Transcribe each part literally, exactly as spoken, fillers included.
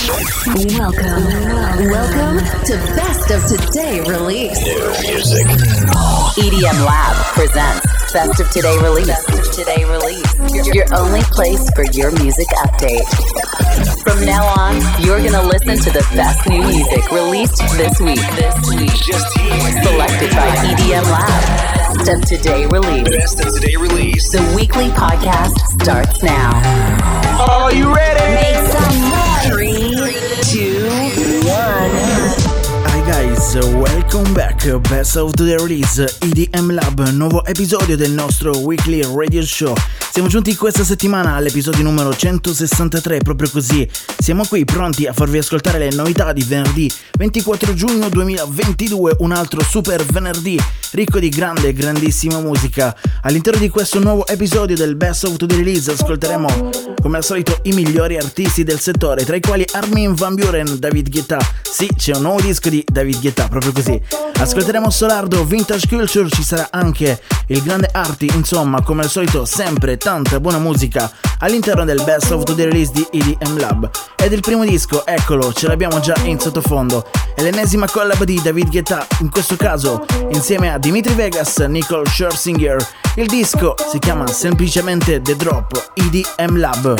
Welcome, welcome to Best of Today Release. New music. E D M Lab presents Best of Today Release. Best of Today Release. Your only place for your music update. From now on, you're gonna listen to the best new music released this week. This week, Just here. selected by E D M Lab. Best of Today Release. Best of Today Release. The weekly podcast starts now. Are you ready? Make some noise. Three, two, one. Hi guys, welcome back. Best of the Release, E D M Lab, nuovo episodio del nostro weekly radio show. Siamo giunti questa settimana all'episodio numero centosessantatré, proprio così. Siamo qui pronti a farvi ascoltare le novità di venerdì ventiquattro giugno duemilaventidue, un altro super venerdì ricco di grande, grandissima musica. All'interno di questo nuovo episodio del Best of the Release ascolteremo, come al solito, i migliori artisti del settore, tra i quali Armin van Buuren, David Guetta. Sì, c'è un nuovo disco di David Guetta, proprio così. Ascolteremo Solardo, Vintage Culture, ci sarà anche il grande Arti, insomma, come al solito, sempre tanta buona musica all'interno del Best of the Release di E D M Lab. Ed il primo disco, eccolo, ce l'abbiamo già in sottofondo. È l'ennesima collab di David Guetta, in questo caso insieme a Dimitri Vegas, Nicole Scherzinger. Il disco si chiama semplicemente The Drop, E D M Lab.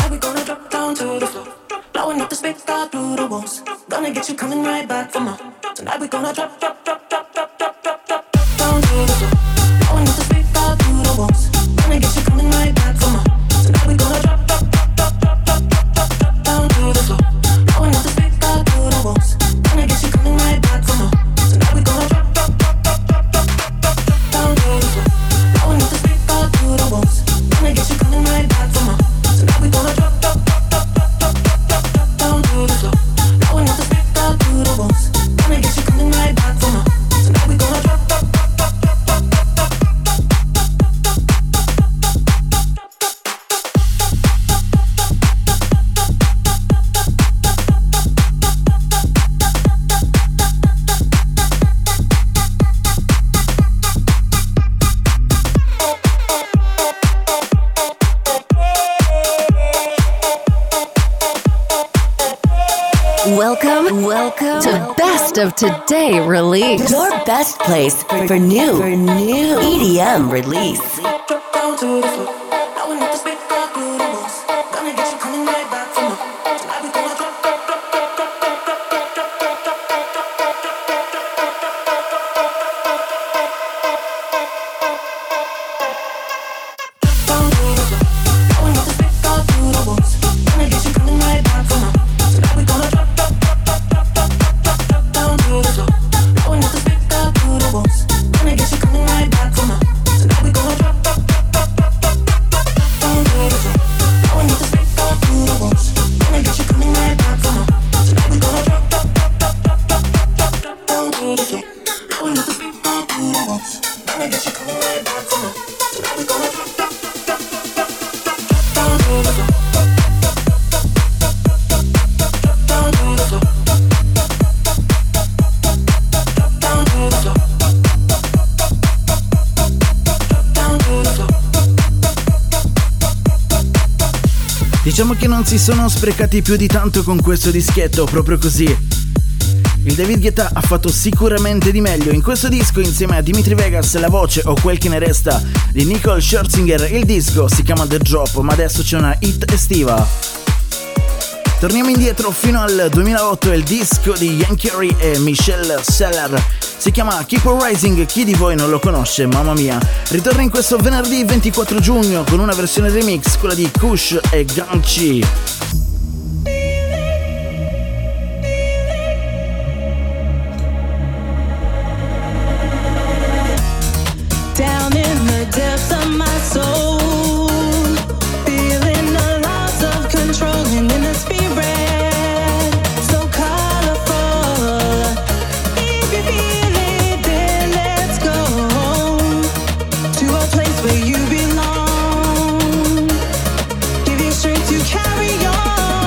Blowing up the speakers through the walls. Gonna get you coming right back for more. Tonight we gonna drop, drop, drop, drop, drop, drop, drop, drop down to the floor. Blowing up the speakers through the walls. Gonna get you coming right back for more. Tonight we gonna drop, drop, drop, drop, drop, drop, drop, drop, drop down to the floor. Blowing up the speakers through the walls. Gonna get you coming right back for more. Tonight we gonna drop, drop, drop, drop, drop, drop, drop, drop down to the floor. Blowing up the speakers through the walls. Gonna get you coming right back for more. Tonight we gonna drop, drop, drop, drop, drop, drop, drop, drop down to the floor. Blowing up the speakers through the walls. Gonna get you coming right back for more. Tonight we gonna drop, drop, drop, drop, drop, drop, drop, drop. Welcome, welcome to Best of Today Release. Your best place for, for new, for new E D M release. Drop down to the floor. Blowing up the speakers through the walls. Gonna get you coming right back for more. Tonight we gonna drop, drop, drop, drop, drop, drop, drop, drop, drop, drop, drop, down to the floor. Blowing up the speakers through the walls. Gonna get you coming right back for more. Tonight we gonna drop, drop, drop, drop, drop, drop, drop, drop, down to the floor. Blowing up the speakers through the walls. Gonna get you coming right back for more. Tonight we gonna drop, drop, drop, drop, drop, drop, drop, down to the floor. Blowing up the speakers through the walls. Gonna get you coming right back for more. Tonight we gonna drop, drop, drop, drop, drop, drop, drop, drop, down to the floor. Blowing up the speakers through the walls. Gonna get you coming right back for more. Tonight we gonna drop, drop, drop, drop, drop, drop, drop, down to the floor. Down to the floor. Down to the floor. Down to the floor. Diciamo che non si sono sprecati più di tanto con questo dischetto, proprio così. Il David Guetta ha fatto sicuramente di meglio in questo disco insieme a Dimitri Vegas, la voce o quel che ne resta di Nicole Scherzinger. Il disco si chiama The Drop, ma adesso c'è una hit estiva. Torniamo indietro fino al duemilaotto, il disco di Ian Carey e Michelle Seller si chiama Keep on Rising. Chi di voi non lo conosce, mamma mia. Ritorna in questo venerdì ventiquattro giugno con una versione remix, quella di Kush e Ganchi. Down in the depths of my soul, feeling the loss of control and in the spirit, so colorful. If you feel it, then let's go to a place where you belong. Give you strength to carry on.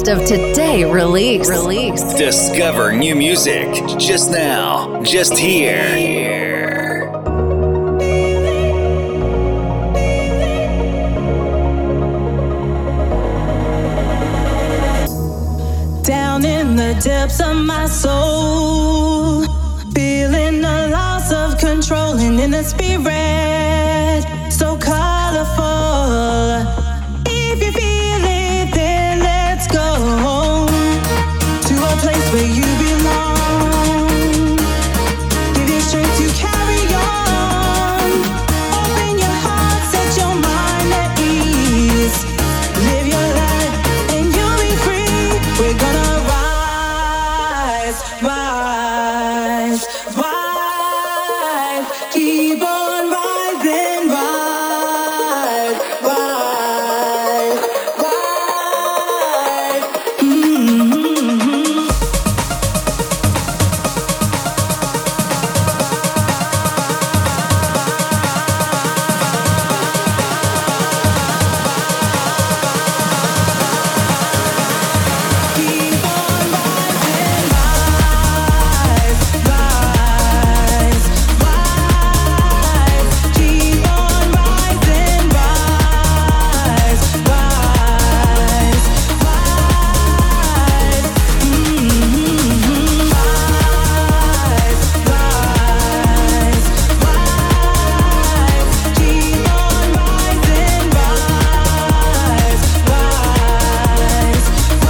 best of today release. Release. Discover new music just now, just here. Down in the depths of my soul, feeling the loss of control, and in the spirit so colorful. If you feel it, then let's go to a place where you belong. Give you strength to carry on. Open your heart, set your mind at ease. Live your life and you'll be free. We're gonna rise, rise, rise. Keep on rising, rise, rise, rise. Mm-hmm. Keep on rising, rise, rise, rise. Keep on rising, rise, rise, rise. Mm-hmm. Rise, rise, rise. Keep on rising, rise, rise,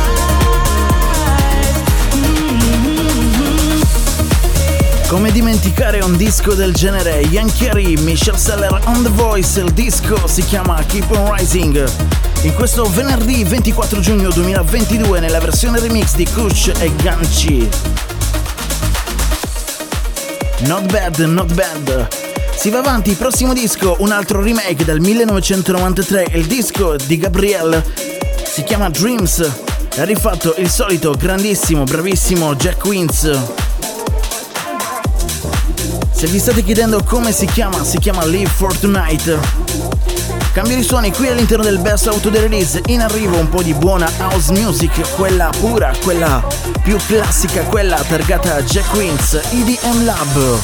rise. Mm-hmm. Come dimenticare un disco del genere? Yankee Harry, Michelle Seller on The Voice, il disco si chiama Keep on Rising. In questo venerdì ventiquattro giugno duemilaventidue nella versione remix di Kush e Ganchi. Not bad, not bad. Si va avanti, prossimo disco, un altro remake del millenovecentonovantatré, il disco di Gabrielle si chiama Dreams e ha rifatto il solito grandissimo, bravissimo Jack Wins. Se vi state chiedendo come si chiama, si chiama Live for Tonight. Cambio di suoni qui all'interno del Best of the Release. In arrivo un po' di buona house music, quella pura, quella più classica, quella targata a Jack Wins, E D M Lab.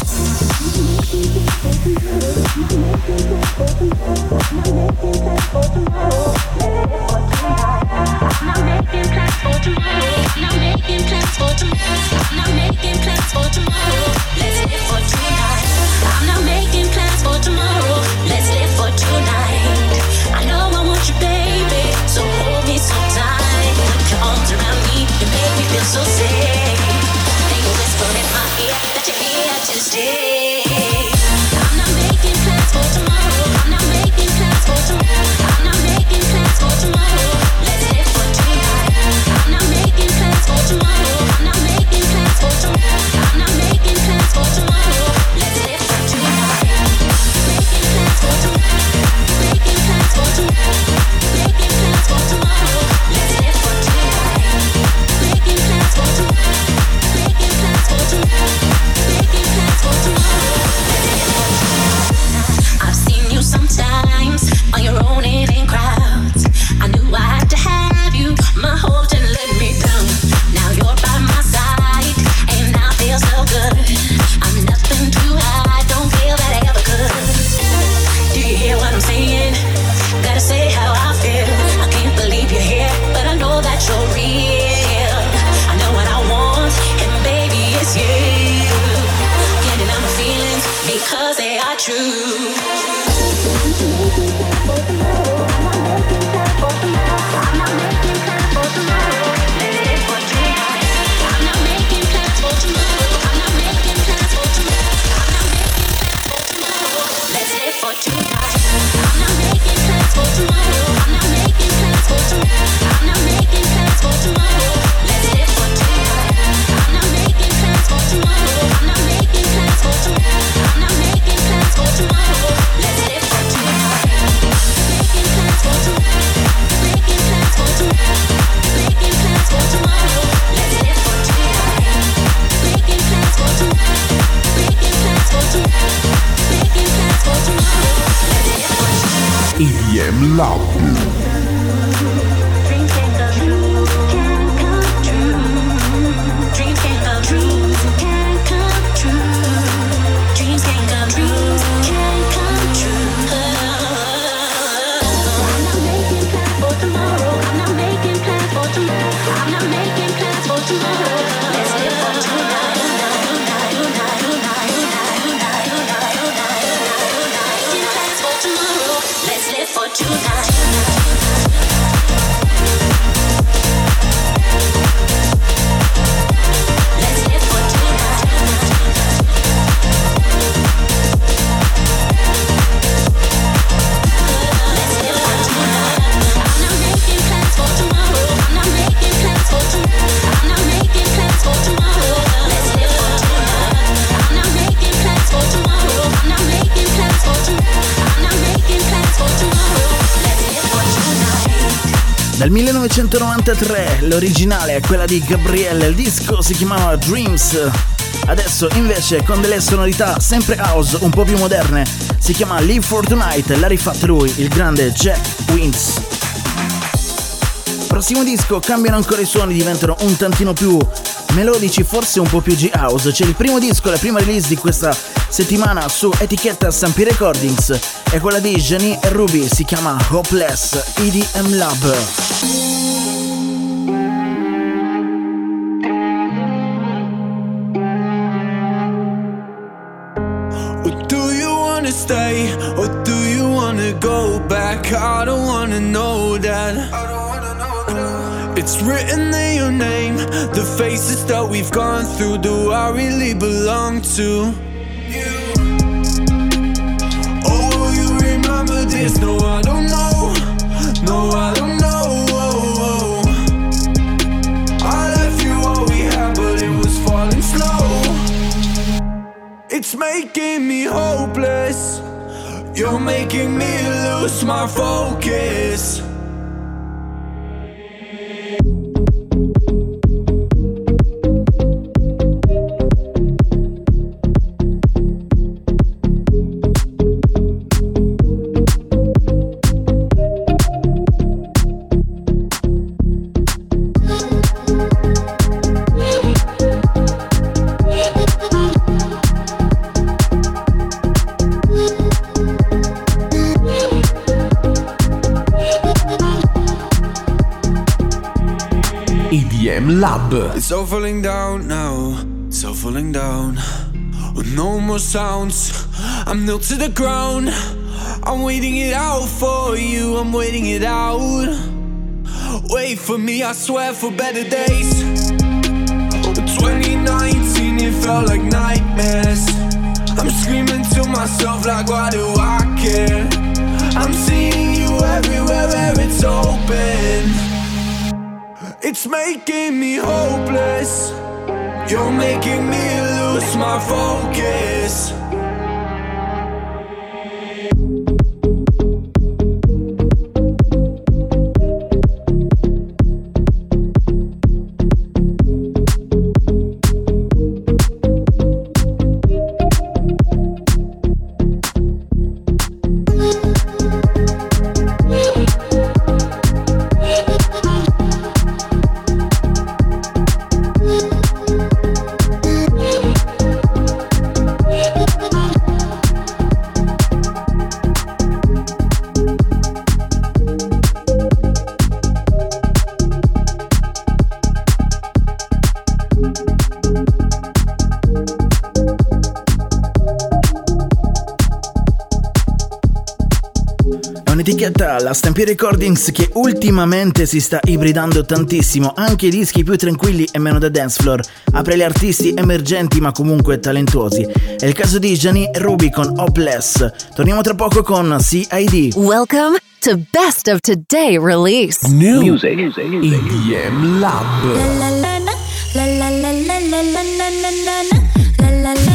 Not making plans for tomorrow. Not making plans for tomorrow. Not making plans for tomorrow. Let's live for tonight. I'm not making plans for tomorrow. Let's live for tonight. I know I want you, baby, so hold me so tight. Put your arms around me, you make me feel so safe. And you whisper in my ear that you're here to stay. I'm not making plans for tomorrow. I'm not making plans for tomorrow. I'm not making plans for tomorrow. Let's live for tonight. I'm not making plans for tomorrow. I'm not making plans for tomorrow. I'm not making plans for tomorrow. Let's live for tonight. Making plans for tomorrow. Making plans for tomorrow. Making plans for tomorrow. Let's live for tonight. Making plans for tomorrow. Making plans for tomorrow. Making plans for tomorrow. Let's live for tonight. I've seen you sometimes on your own and in crowds. I knew I had to have you. My hope didn't let me down. Now you're by my side, and I feel so good. I'm nothing to hide, don't feel that I ever could. Do you hear what I'm saying? Gotta say how I feel. I can't believe you're here, but I know that you're real. I know what I want, and baby, it's you. Can't deny my feelings because they are true. I'm not making plans for tomorrow. Let's live for tonight. I'm not making plans for tomorrow. I'm not making plans for tomorrow. I'm not making plans for tomorrow. Let's live for tonight. I'm not making plans for tomorrow. I'm not making plans for tomorrow. I'm not making plans for tomorrow. Let's live for tonight. I'm not making plans for tomorrow. I'm not making plans for tomorrow. I'm not making plans for tomorrow. Let's live for tonight. Making plans for tomorrow. Making plans for tomorrow. Making plans for tomorrow. Let's live for tonight. Making plans for tomorrow. Making plans for tomorrow. Making plans for tomorrow. Let's live for tonight. E D M Lab. Dreams can come true. Can Dal millenovecentonovantatré l'originale è quella di Gabrielle, il disco si chiamava Dreams. Adesso invece con delle sonorità sempre house, un po' più moderne, si chiama Live for Tonight, l'ha rifatta lui, il grande Jack Wins. Prossimo disco, cambiano ancora i suoni, diventano un tantino più melodici, forse un po' più G-House. C'è il primo disco, la prima release di questa settimana su etichetta Sampi Recordings, è quella di Jani e Ruby, si chiama Hopeless, E D M Lab. Stay, or do you wanna go back? I don't wanna know that. It's written in your name, the faces that we've gone through. Do I really belong to you? Oh, will you remember this? No, I don't know. No, I don't know. Oh, oh. I left you all we had, but it was falling slow. It's making me hopeless. You're making me lose my focus. E D M Lab. It's all falling down now, it's all falling down. With no more sounds, I'm nailed to the ground. I'm waiting it out for you, I'm waiting it out. Wait for me, I swear, for better days. twenty nineteen, it felt like nightmares. I'm screaming to myself like, why do I care? I'm seeing you everywhere where it's open. It's making me hopeless. You're making me lose my focus. Un'etichetta, la Stampede Recordings, che ultimamente si sta ibridando tantissimo, anche i dischi più tranquilli e meno da dance floor, apre gli artisti emergenti ma comunque talentuosi. È il caso di Jani e Ruby con Hopeless. Torniamo tra poco con C I D. Welcome to Best of Today Release. New Music, music, music. E D M Lab. La la la la la la la la la la la la la.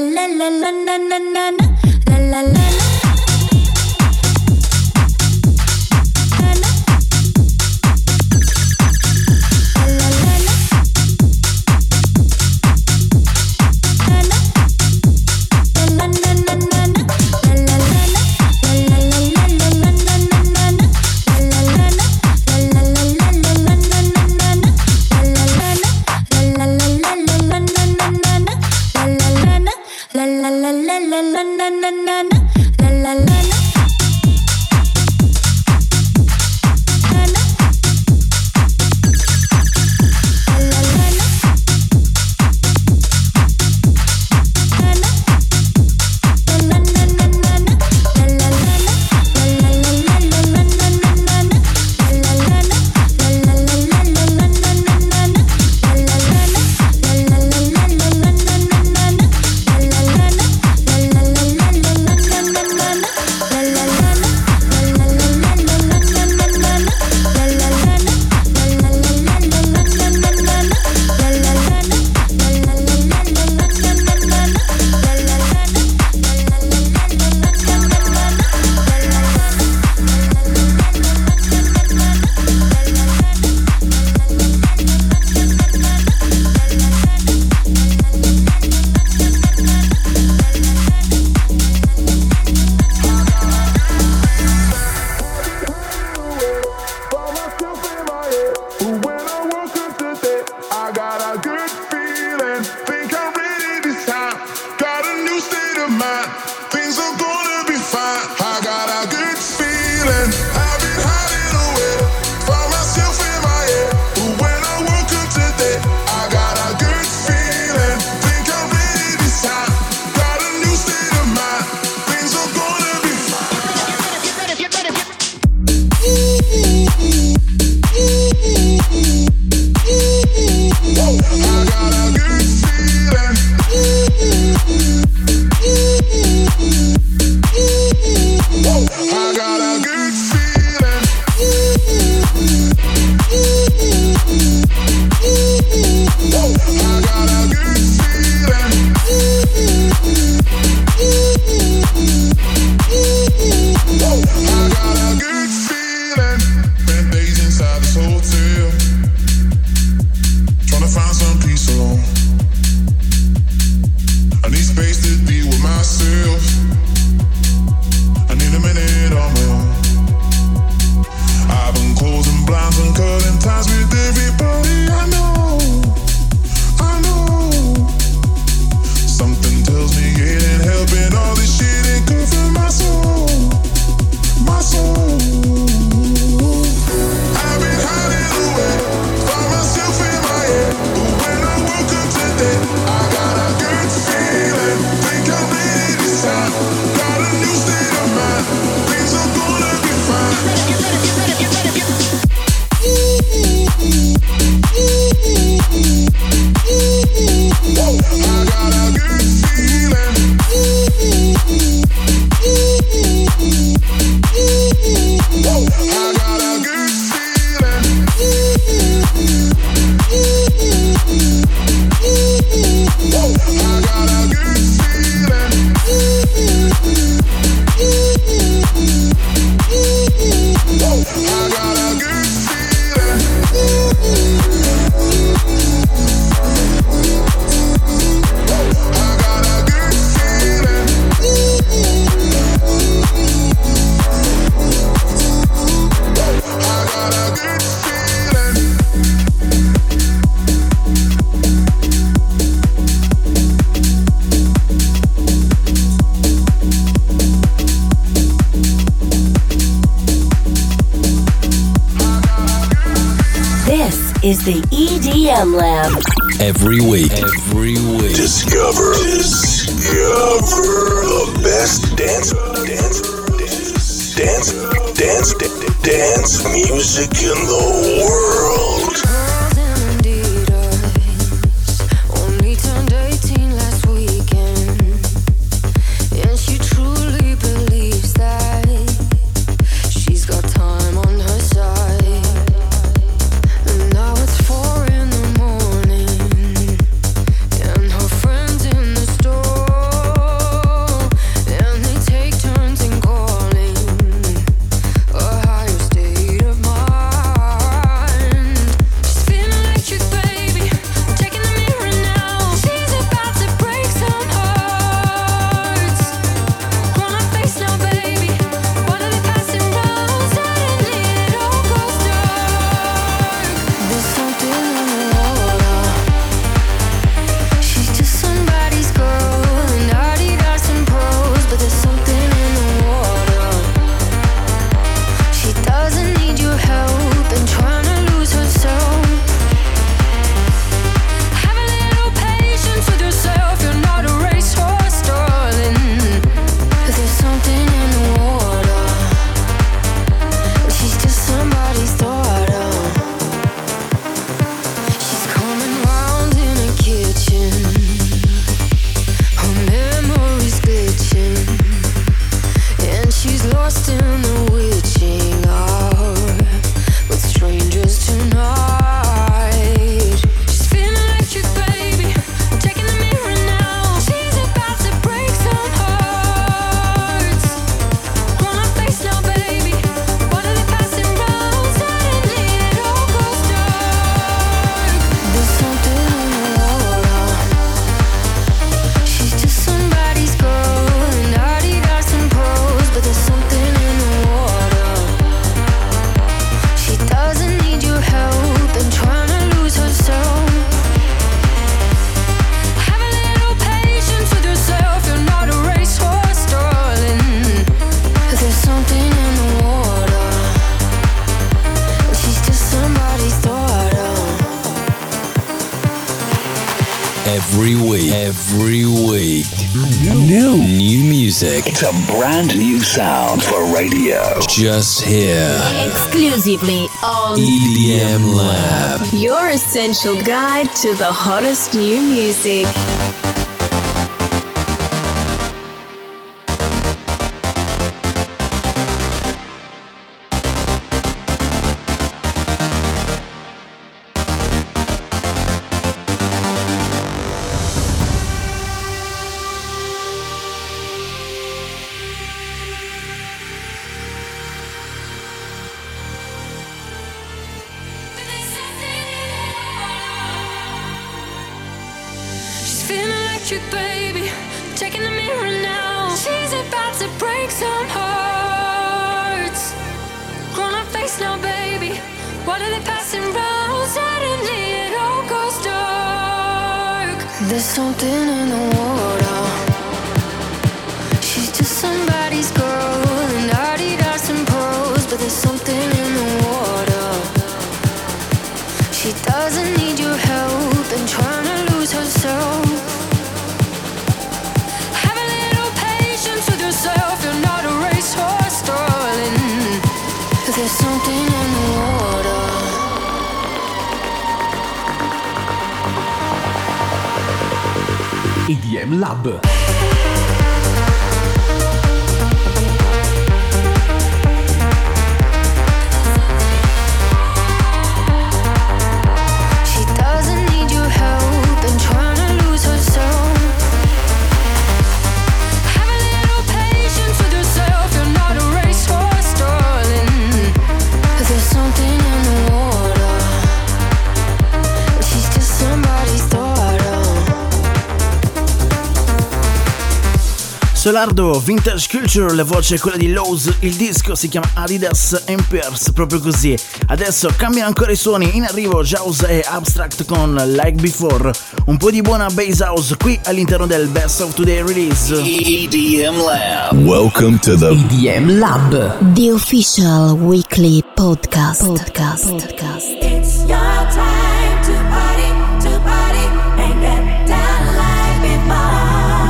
is the E D M Lab. Every week, every week, discover, discover the best dance, dance, dance, dance, dance, dance music in the world. Door Every week, every week, new, new music. It's a brand new sound for radio. Just here. Exclusively on E D M Lab. Your essential guide to the hottest new music. Baby, checking the mirror now. She's about to break some hearts. On her face now, baby. What are they passing round? Suddenly it all goes dark. There's something in the water. She's just somebody's girl in Adidas and pros, but there's something in the water. She doesn't need your help and trying to lose herself. You're not a racehorse, darling. There's something in the water. E D M Lab. She doesn't need your help and trying to lose herself. Solardo, Vintage Culture, la voce è quella di Lowe's, il disco si chiama Adidas and Pierce, proprio così. Adesso cambiano ancora i suoni, in arrivo Jaws e Abstract con Like Before, un po' di buona bass house qui all'interno del Best of Today Release. E D M Lab. Welcome to the E D M Lab, the official weekly podcast. Podcast. Podcast. It's your time to party, to party and get down like before.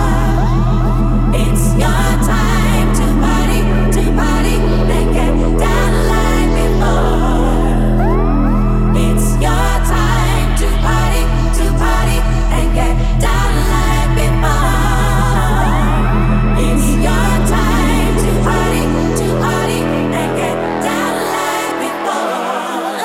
It's your time to party, to party and get down like before. It's your time to party, to party and get down like before. It's your time to party, to party and get down like before.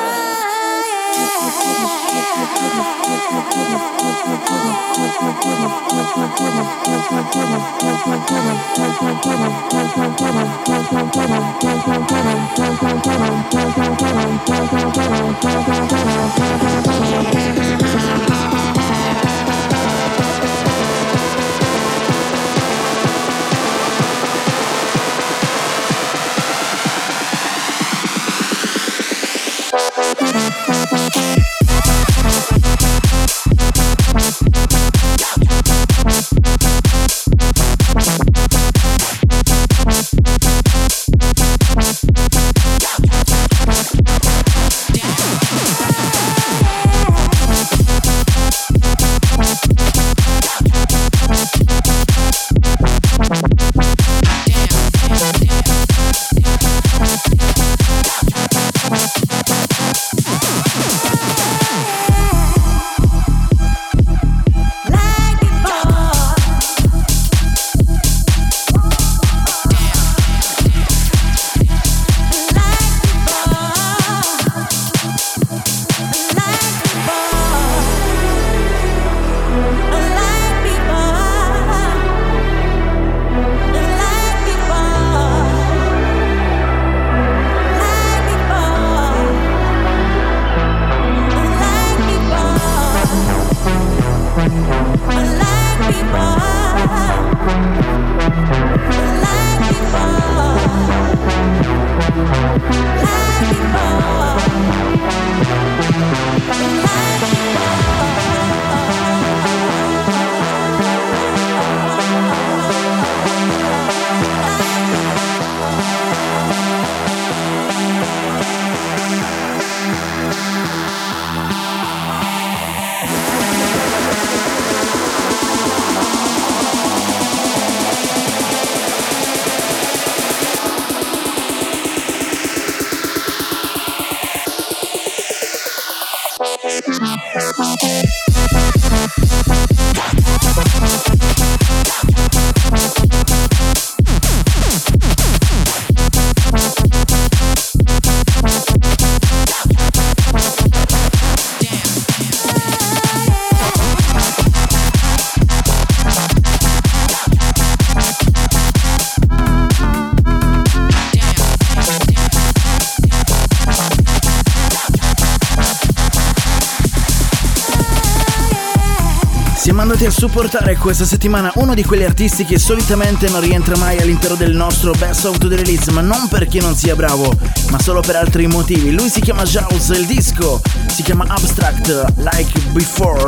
andati a supportare questa settimana uno di quegli artisti che solitamente non rientra mai all'interno del nostro Best of the Release, ma non perché non sia bravo, ma solo per altri motivi. Lui si chiama Jaws, il disco si chiama Abstract, Like Before.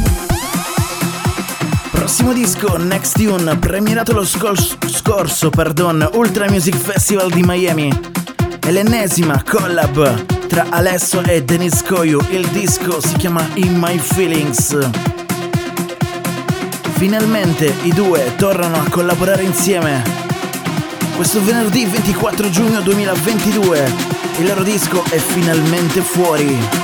Prossimo disco, Next Tune, premierato lo scor- scorso, pardon, Ultra Music Festival di Miami. È l'ennesima collab tra Alesso e Dennis Koyu, il disco si chiama In My Feelings. Finalmente i due tornano a collaborare insieme. Questo venerdì ventiquattro giugno duemilaventidue il loro disco è finalmente fuori.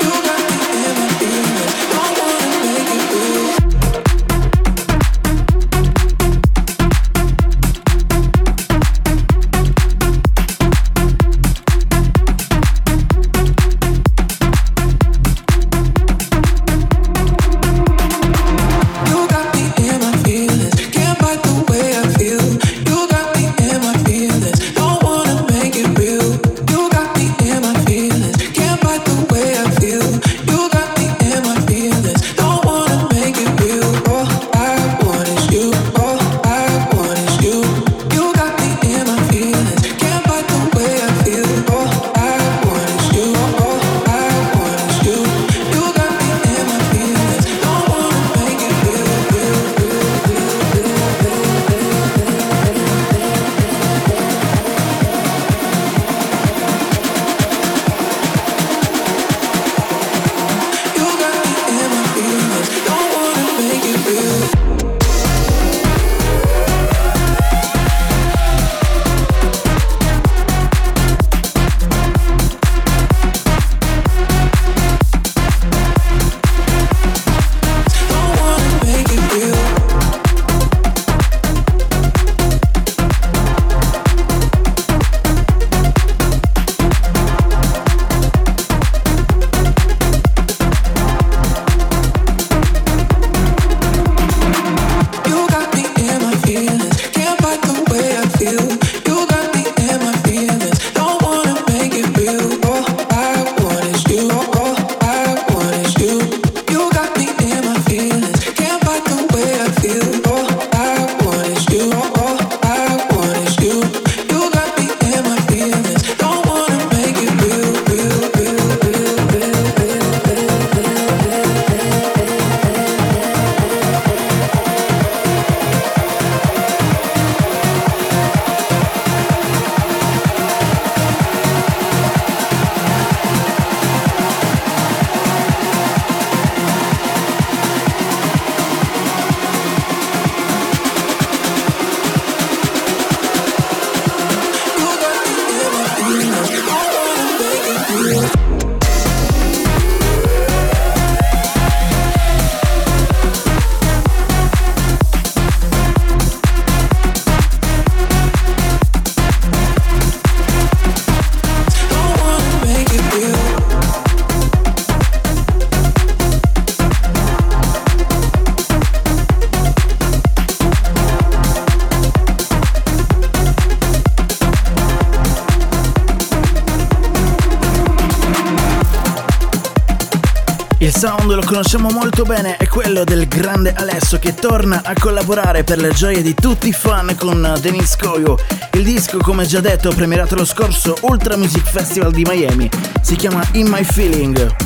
Il sound lo conosciamo molto bene, è quello del grande Alesso che torna a collaborare per le gioie di tutti i fan con Dennis Koyu. Il disco, come già detto, premierato lo scorso Ultra Music Festival di Miami, si chiama In My Feeling.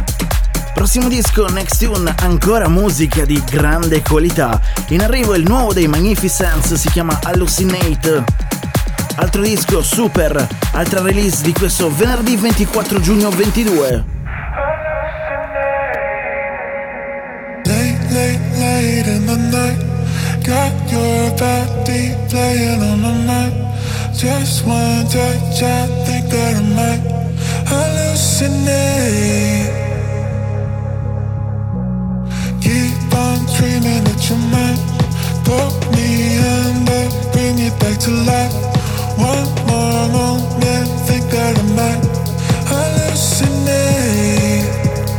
Prossimo disco, Next Tune, ancora musica di grande qualità. In arrivo il nuovo dei Magnificence, si chiama Hallucinate. Altro disco, Super, altra release di questo venerdì ventiquattro giugno ventidue. Late, late in the night, got your body playing on my mind. Just one touch, I think that I might hallucinate. Keep on dreaming that you're mine. Pull me under, bring me back to life. One more moment, think that I might hallucinate.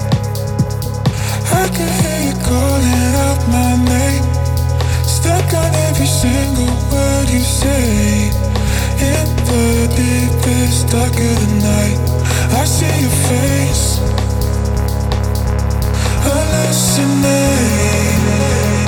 I can hear you calling out my name, stuck on every single word you say. In the deepest dark of the night, I see your face. Hallucinate.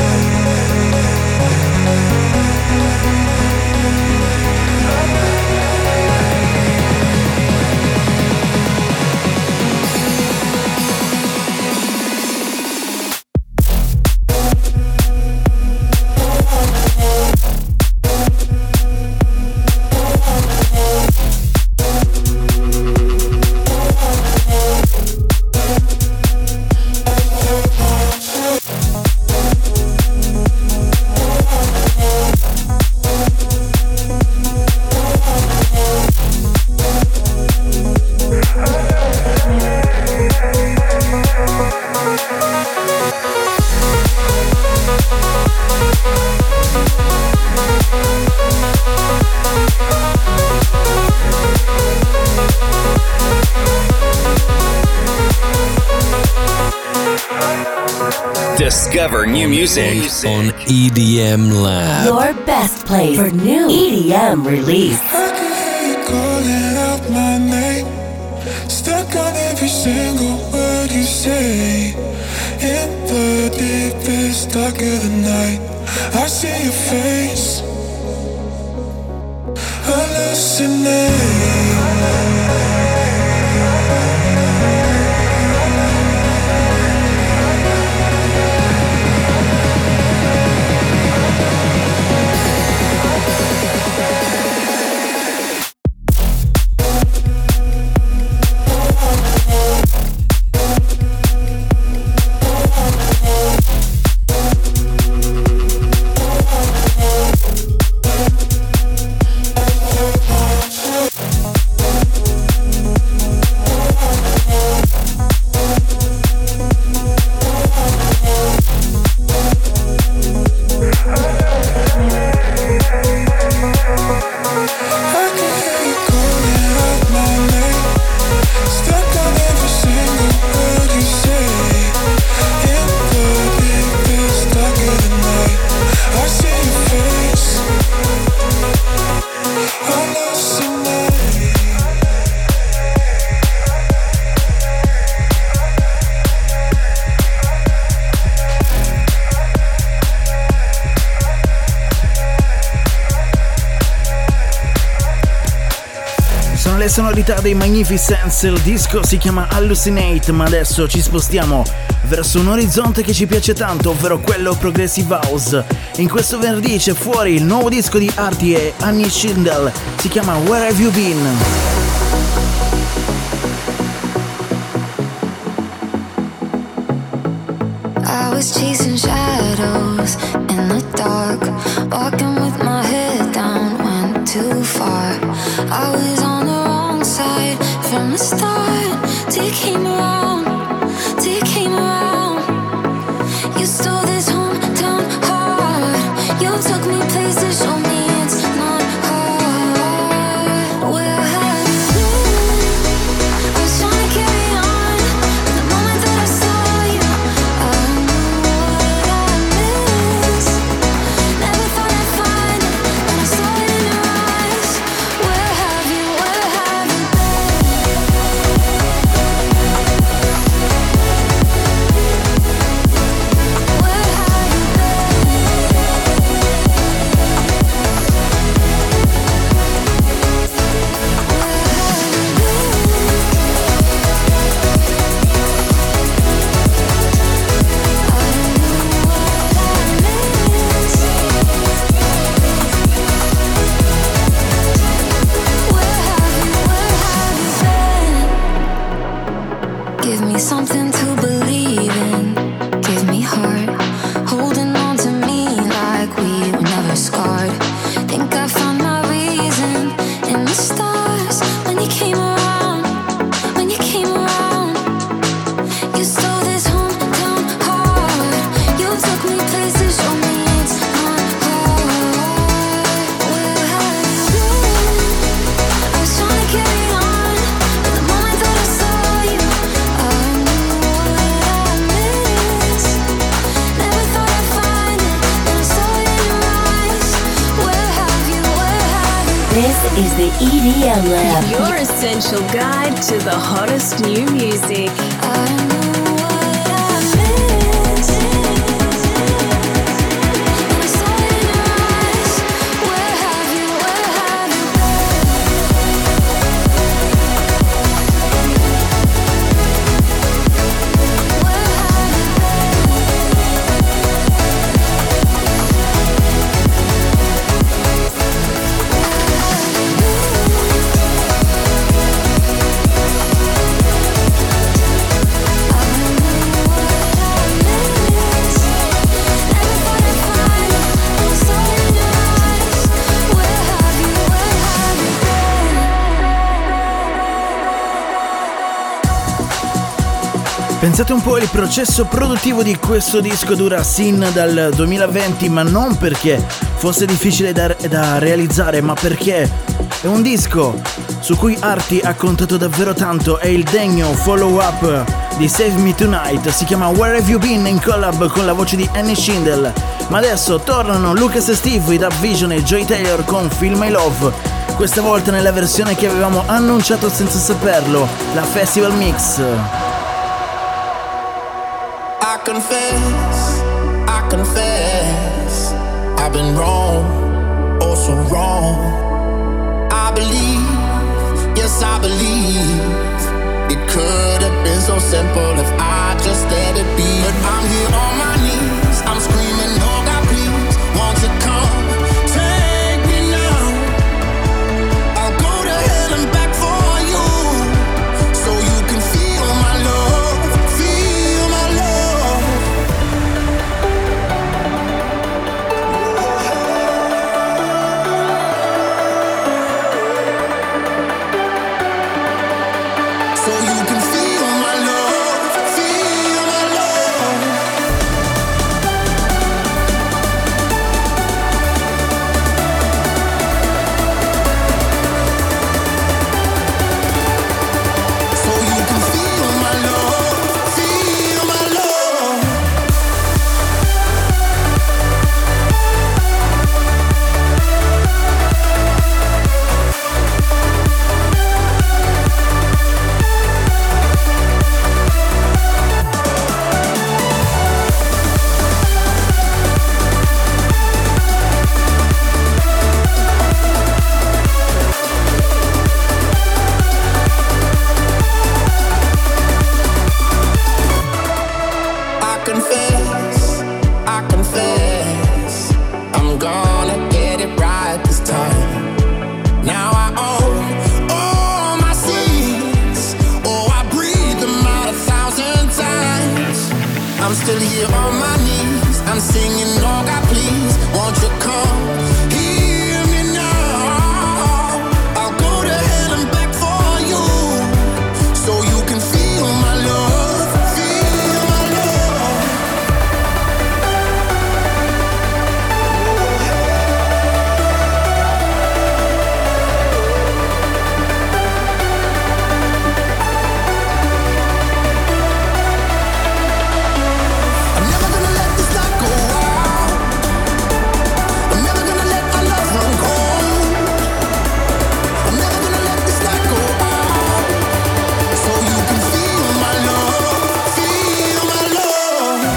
Discover new music on E D M Lab. Your best place for new E D M release. I can hear you calling out my name, stuck on every single word you say. In the deepest dark of the night, I see your face, hallucinate. Sonorità dei Magnificence, il disco si chiama Hallucinate, ma adesso ci spostiamo verso un orizzonte che ci piace tanto, ovvero quello Progressive House. In questo venerdì c'è fuori il nuovo disco di Artie e Annie Schindel, si chiama Where Have You Been? I was chasing shadows in the dark, walking with my head down, went too far. I was on the wrong side from the start, till you came around, till you came around. You stole this hometown heart, you took me places, showed me it's not hard. Where have you been? I was trying to carry on, but the moment that I saw you, I knew what I missed. Never thought I'd find it, and I saw it in your eyes. Where have you, where have you Give me something to believe in, give me heart, holding on to me like we were never scarred. Think I found my reason in the stars when you came around, when you came around. You stole this hometown heart, you took me places, showed me it's not hard. Where have you been? I was trying to carry on, but the moment that I saw you, I knew what I missed. Never thought I'd find it, and I saw it in your eyes. Where have you, where have you This is the E D M Lab. Your essential guide to the hottest new music. Pensate un po', il processo produttivo di questo disco dura sin dal duemilaventi, ma non perché fosse difficile da, da realizzare, ma perché È un disco su cui Arty ha contato davvero tanto, è il degno follow-up di Save Me Tonight, si chiama Where Have You Been in collab con la voce di Annie Schindel. Ma adesso tornano Lucas e Steve, i Dub Vision e Joy Taylor con Feel My Love, questa volta nella versione che avevamo annunciato senza saperlo, la Festival Mix. I confess, I confess, I've been wrong, oh so wrong. I believe, yes I believe, it could have been so simple if I just let it be. But I'm here on my knees, I'm screaming, oh God please, won't you come, take me now. I'll go to hell and back for you, so you can feel my love, feel my love. So you can feel my love, feel my love. So you can feel my love, feel my love. I confess, I confess, I'm gonna get it right this time. Now I own all my sins, oh I breathe them out a thousand times. I'm still here on my knees, I'm singing, oh God please, won't you come, hear me now. I'll go to hell and back for you, so you can feel my love, feel my love. I'm never gonna let this night go out. I'm never gonna let my love run cold. I'm never gonna let this night go out, so you can feel my love, feel my love.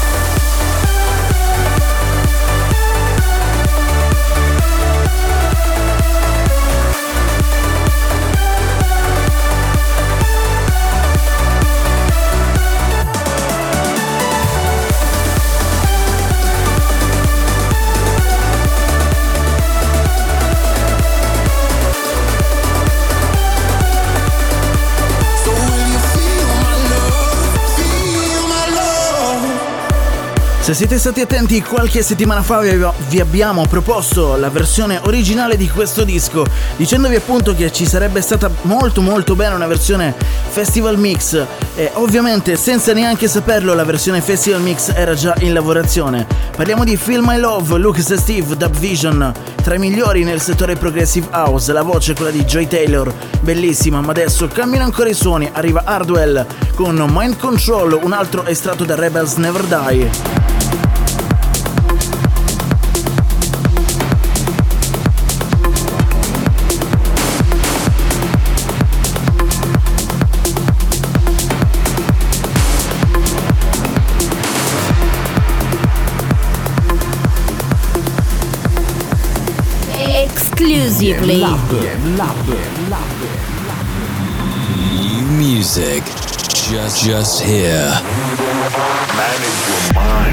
So will you feel my love, feel my love. Se siete stati attenti, qualche settimana fa vi vi abbiamo proposto la versione originale di questo disco, dicendovi appunto che ci sarebbe stata molto molto bene una versione Festival Mix, e ovviamente senza neanche saperlo la versione Festival Mix era già in lavorazione. Parliamo di Feel My Love, Lucas e Steve, Dub Vision, tra i migliori nel settore Progressive House, la voce è quella di Joy Taylor, bellissima, ma adesso cambiano ancora i suoni, arriva Hardwell con Mind Control, un altro estratto da Rebels Never Die. Exclusively. New music, just just here. Manage your mind.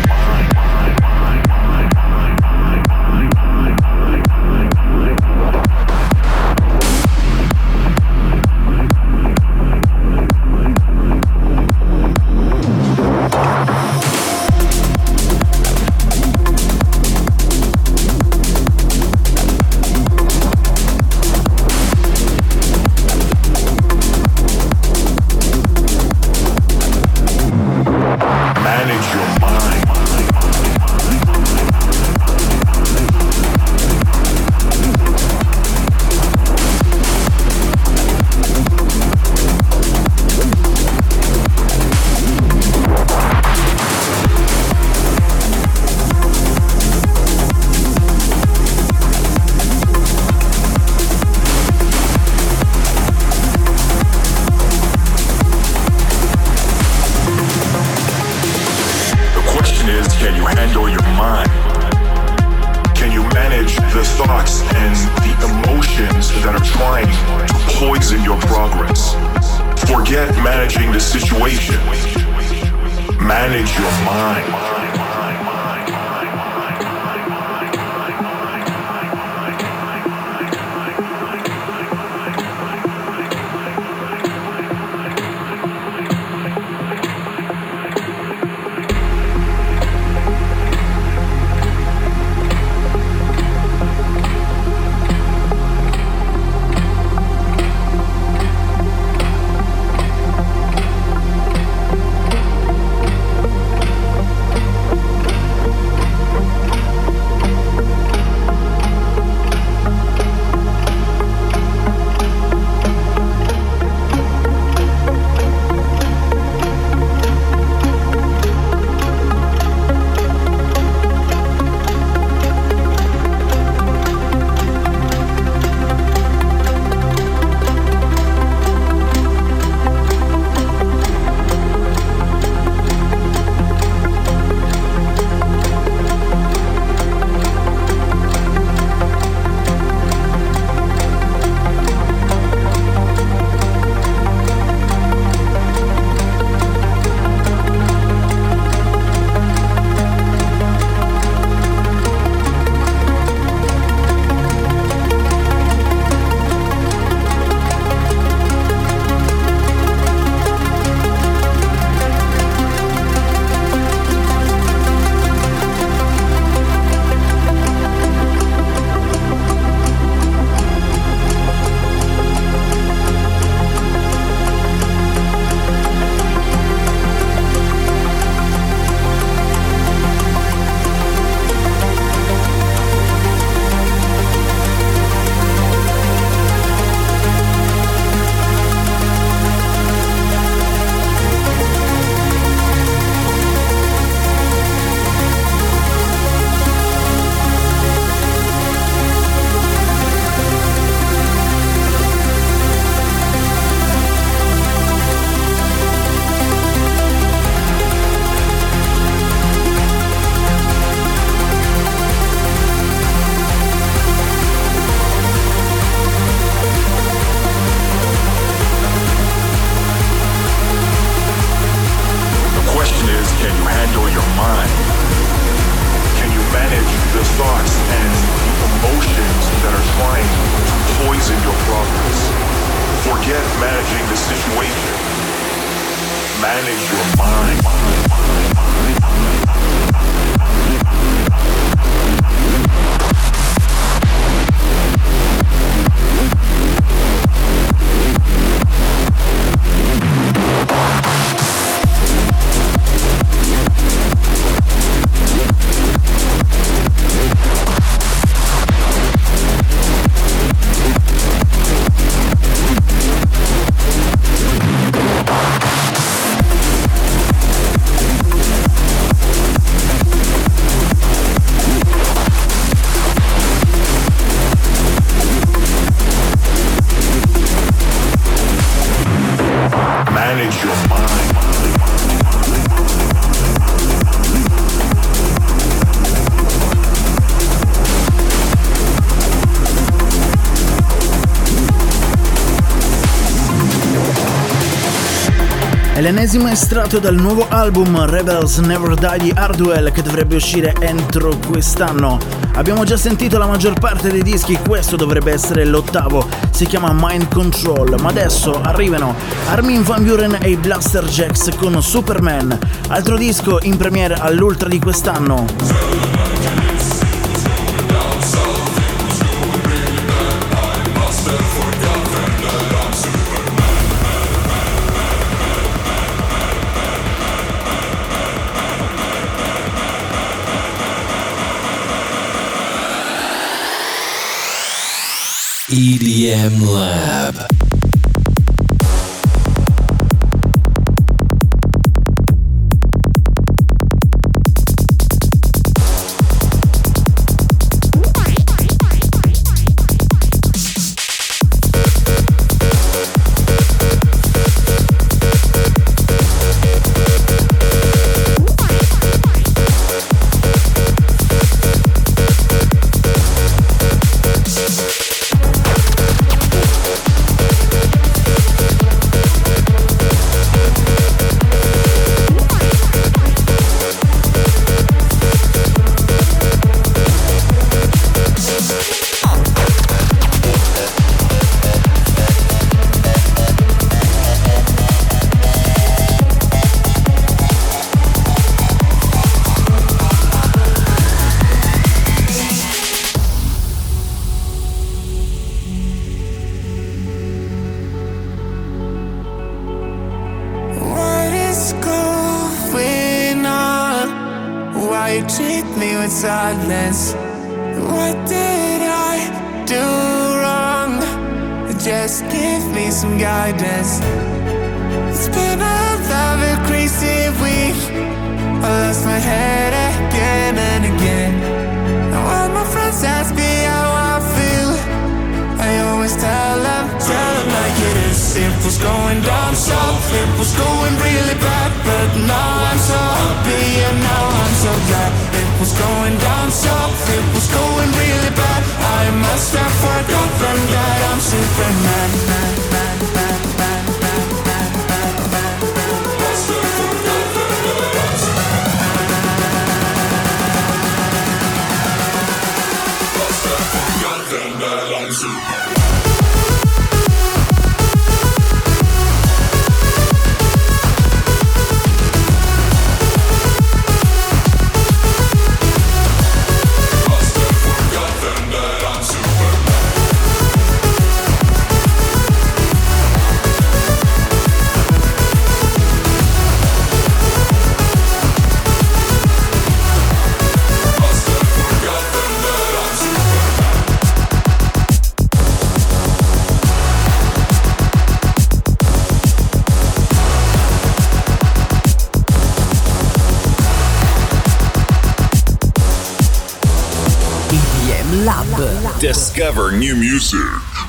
Manage your mind. thoughts and the emotions that are trying to poison your progress. Forget managing the situation. Manage your mind. È l'ennesimo estratto dal nuovo album Rebels Never Die di Hardwell, che dovrebbe uscire entro quest'anno. Abbiamo già sentito la maggior parte dei dischi, questo dovrebbe essere l'ottavo, si chiama Mind Control, ma adesso arrivano Armin van Buuren e i Blaster Jacks con Superman, altro disco in premiere all'Ultra di quest'anno. E D M Lab. with sadness. What did I do wrong? Just give me some guidance. It's been another crazy week. I lost my head again and again. Now all my friends ask me how I feel. I always tell them, tell them like it is. It was going down south, it was going really bad, but now I'm so happy and now I'm so glad. It was going down south, it was going really bad. I must have forgotten that I'm Superman. Man, man, man, man, man, man, man, man, man. Must have forgotten that I'm Superman. Must have forgotten that I'm Superman. Discover new music.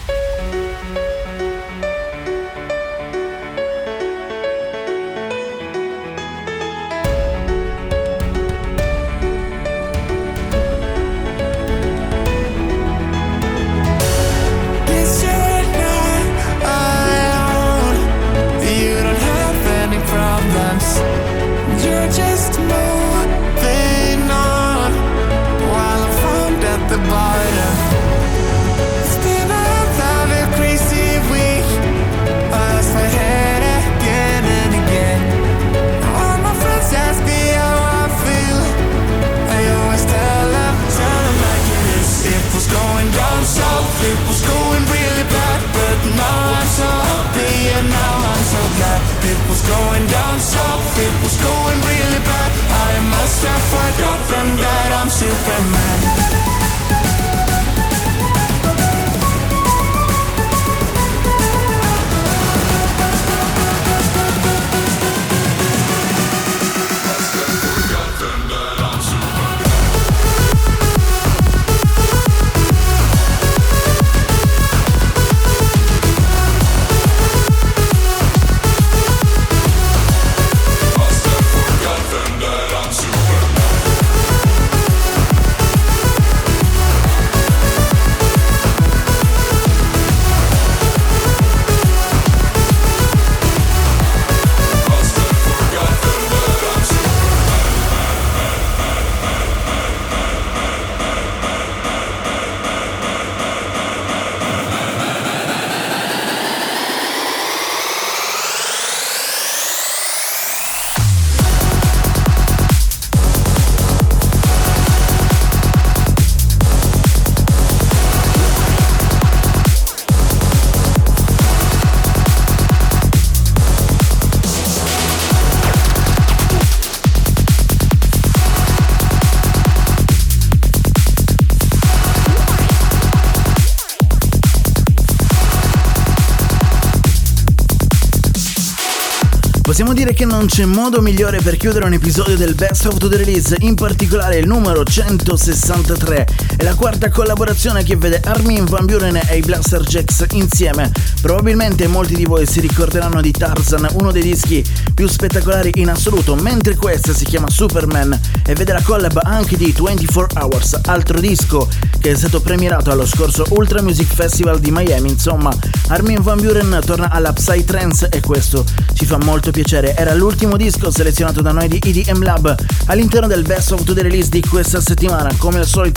Possiamo dire che non c'è modo migliore per chiudere un episodio del Best of the Release, in particolare il numero centosessantatré. È la quarta collaborazione che vede Armin van Buuren e i Blaster Jacks insieme. Probabilmente molti di voi si ricorderanno di Tarzan, uno dei dischi più spettacolari in assoluto, mentre questa si chiama Superman e vede la collab anche di ventiquattro Hours, altro disco che è stato premierato allo scorso Ultra Music Festival di Miami. Insomma, Armin van Buuren torna alla Psytrance e questo ci fa molto piacere. Era l'ultimo disco selezionato da noi di E D M Lab all'interno del Best of the Release di questa settimana. Come al solito vi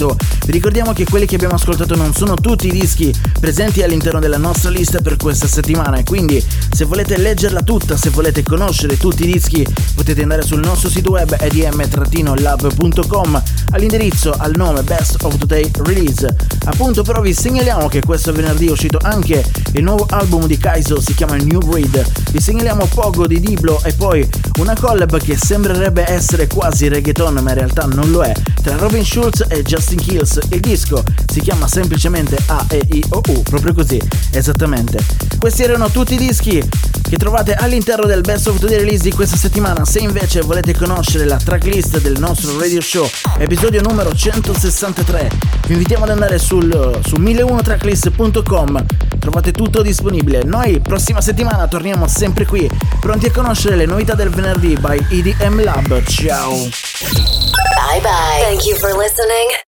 Vi ricordiamo che quelli che abbiamo ascoltato non sono tutti i dischi presenti all'interno della nostra lista per questa settimana, e quindi se volete leggerla tutta, se volete conoscere tutti i dischi, potete andare sul nostro sito web e d m lab punto com all'indirizzo al nome Best of Today Release. Appunto, però vi segnaliamo che questo venerdì è uscito anche il nuovo album di Kaizo, si chiama New Breed. Vi segnaliamo Pogo di Diblo e poi una collab che sembrerebbe essere quasi reggaeton ma in realtà non lo è, tra Robin Schulz e Justin Kills. Il disco si chiama semplicemente A E I O U, proprio così, esattamente. Questi erano tutti i dischi che trovate all'interno del Best of Today Release di questa settimana. Se invece volete conoscere la tracklist del nostro radio show, episodio numero centosessantatré, vi invitiamo ad andare sul, su mille uno tracklist punto com, trovate tutto disponibile. Noi prossima settimana torniamo sempre qui, pronti a conoscere le novità del venerdì by E D M Lab. Ciao! Bye bye. Thank you for listening.